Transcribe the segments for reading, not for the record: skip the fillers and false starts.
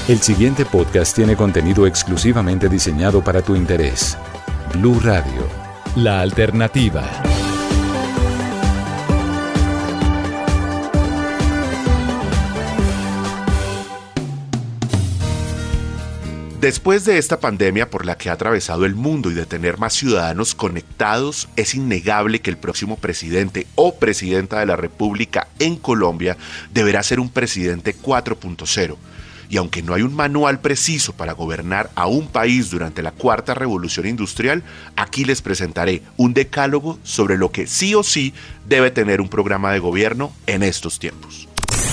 El siguiente podcast tiene contenido exclusivamente diseñado para tu interés. Blue Radio, la alternativa. Después de esta pandemia por la que ha atravesado el mundo y de tener más ciudadanos conectados, es innegable que el próximo presidente o presidenta de la República en Colombia deberá ser un presidente 4.0. Y aunque no hay un manual preciso para gobernar a un país durante la cuarta revolución industrial, aquí les presentaré un decálogo sobre lo que sí o sí debe tener un programa de gobierno en estos tiempos.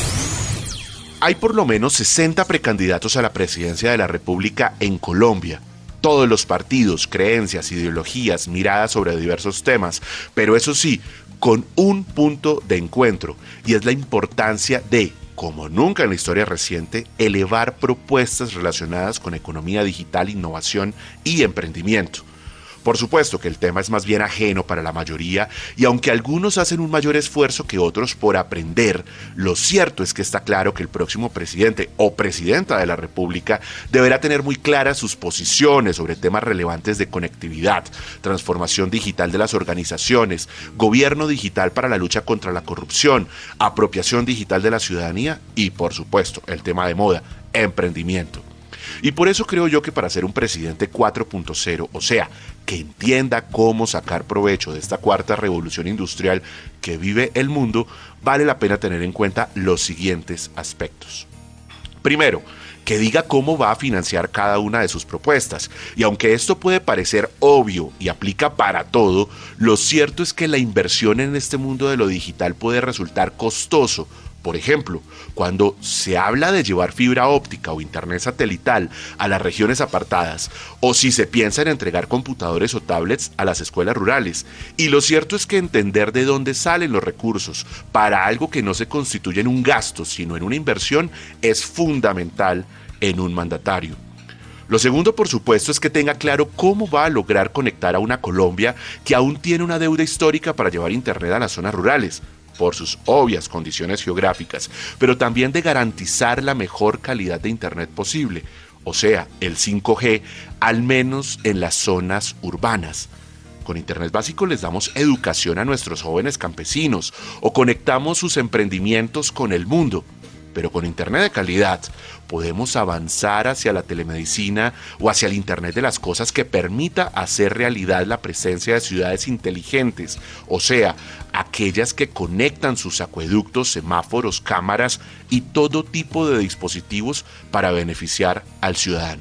Hay por lo menos 60 precandidatos a la presidencia de la República en Colombia. Todos los partidos, creencias, ideologías, miradas sobre diversos temas, pero eso sí, con un punto de encuentro, y es la importancia de, como nunca en la historia reciente, elevar propuestas relacionadas con economía digital, innovación y emprendimiento. Por supuesto que el tema es más bien ajeno para la mayoría y aunque algunos hacen un mayor esfuerzo que otros por aprender, lo cierto es que está claro que el próximo presidente o presidenta de la República deberá tener muy claras sus posiciones sobre temas relevantes de conectividad, transformación digital de las organizaciones, gobierno digital para la lucha contra la corrupción, apropiación digital de la ciudadanía y, por supuesto, el tema de moda, emprendimiento. Y por eso creo yo que para ser un presidente 4.0, o sea, que entienda cómo sacar provecho de esta cuarta revolución industrial que vive el mundo, vale la pena tener en cuenta los siguientes aspectos. Primero, que diga cómo va a financiar cada una de sus propuestas. Y aunque esto puede parecer obvio y aplica para todo, lo cierto es que la inversión en este mundo de lo digital puede resultar costoso. Por ejemplo, cuando se habla de llevar fibra óptica o internet satelital a las regiones apartadas, o si se piensa en entregar computadores o tablets a las escuelas rurales. Y lo cierto es que entender de dónde salen los recursos para algo que no se constituye en un gasto, sino en una inversión, es fundamental en un mandatario. Lo segundo, por supuesto, es que tenga claro cómo va a lograr conectar a una Colombia que aún tiene una deuda histórica para llevar internet a las zonas rurales, por sus obvias condiciones geográficas, pero también de garantizar la mejor calidad de internet posible, o sea, el 5G, al menos en las zonas urbanas. Con internet básico les damos educación a nuestros jóvenes campesinos o conectamos sus emprendimientos con el mundo. Pero con internet de calidad podemos avanzar hacia la telemedicina o hacia el internet de las cosas que permita hacer realidad la presencia de ciudades inteligentes, o sea, aquellas que conectan sus acueductos, semáforos, cámaras y todo tipo de dispositivos para beneficiar al ciudadano.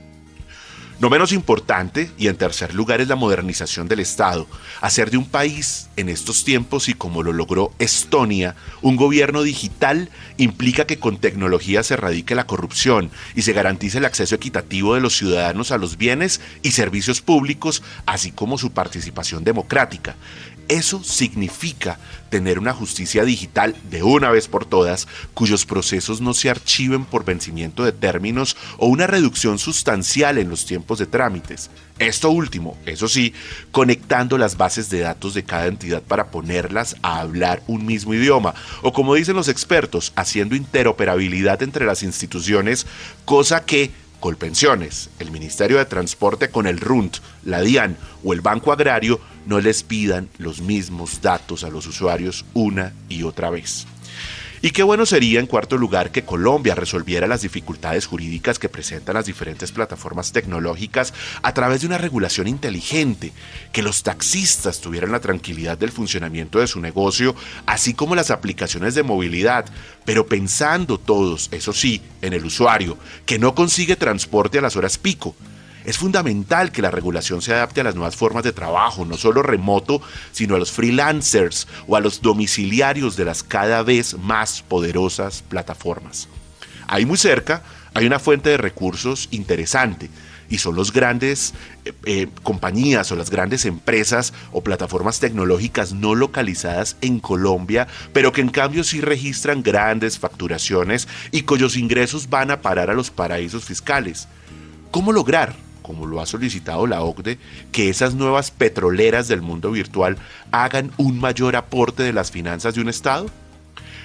No menos importante, y en tercer lugar, es la modernización del Estado. Hacer de un país en estos tiempos, y como lo logró Estonia, un gobierno digital implica que con tecnología se erradique la corrupción y se garantice el acceso equitativo de los ciudadanos a los bienes y servicios públicos, así como su participación democrática. Eso significa tener una justicia digital de una vez por todas, cuyos procesos no se archiven por vencimiento de términos o una reducción sustancial en los tiempos de trámites. Esto último, eso sí, conectando las bases de datos de cada entidad para ponerlas a hablar un mismo idioma, o como dicen los expertos, haciendo interoperabilidad entre las instituciones, cosa que Colpensiones, el Ministerio de Transporte con el RUNT, la DIAN o el Banco Agrario no les pidan los mismos datos a los usuarios una y otra vez. Y qué bueno sería, en cuarto lugar, que Colombia resolviera las dificultades jurídicas que presentan las diferentes plataformas tecnológicas a través de una regulación inteligente, que los taxistas tuvieran la tranquilidad del funcionamiento de su negocio, así como las aplicaciones de movilidad, pero pensando todos, eso sí, en el usuario, que no consigue transporte a las horas pico. Es fundamental que la regulación se adapte a las nuevas formas de trabajo, no solo remoto, sino a los freelancers o a los domiciliarios de las cada vez más poderosas plataformas. Ahí muy cerca hay una fuente de recursos interesante y son los grandes compañías o las grandes empresas o plataformas tecnológicas no localizadas en Colombia, pero que en cambio sí registran grandes facturaciones y cuyos ingresos van a parar a los paraísos fiscales. ¿Cómo lograr, como lo ha solicitado la OCDE, que esas nuevas petroleras del mundo virtual hagan un mayor aporte de las finanzas de un Estado?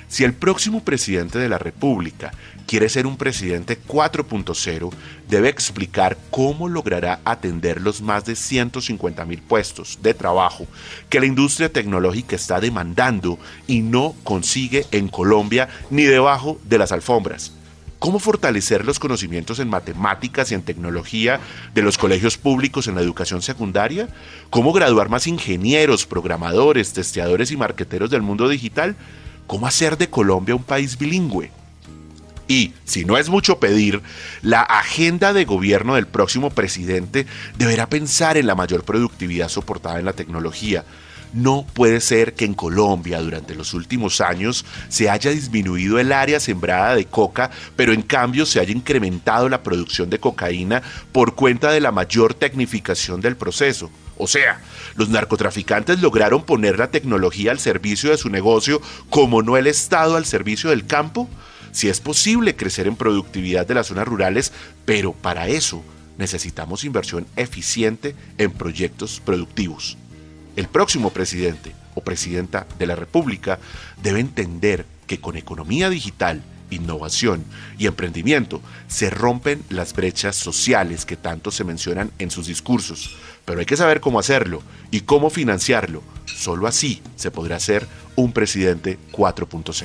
Si el próximo presidente de la República quiere ser un presidente 4.0, debe explicar cómo logrará atender los más de 150.000 puestos de trabajo que la industria tecnológica está demandando y no consigue en Colombia ni debajo de las alfombras. ¿Cómo fortalecer los conocimientos en matemáticas y en tecnología de los colegios públicos en la educación secundaria? ¿Cómo graduar más ingenieros, programadores, testeadores y marqueteros del mundo digital? ¿Cómo hacer de Colombia un país bilingüe? Y, si no es mucho pedir, la agenda de gobierno del próximo presidente deberá pensar en la mayor productividad soportada en la tecnología. No puede ser que en Colombia durante los últimos años se haya disminuido el área sembrada de coca, pero en cambio se haya incrementado la producción de cocaína por cuenta de la mayor tecnificación del proceso. O sea, los narcotraficantes lograron poner la tecnología al servicio de su negocio, como no el Estado al servicio del campo. Si es posible crecer en productividad de las zonas rurales, pero para eso necesitamos inversión eficiente en proyectos productivos. El próximo presidente o presidenta de la República debe entender que con economía digital, innovación y emprendimiento se rompen las brechas sociales que tanto se mencionan en sus discursos, pero hay que saber cómo hacerlo y cómo financiarlo. Solo así se podrá ser un presidente 4.0.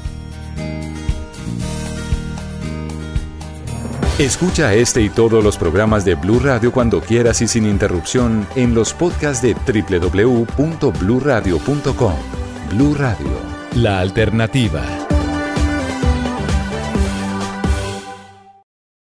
Escucha este y todos los programas de Blue Radio cuando quieras y sin interrupción en los podcasts de www.bluradio.com. Blue Radio, la alternativa.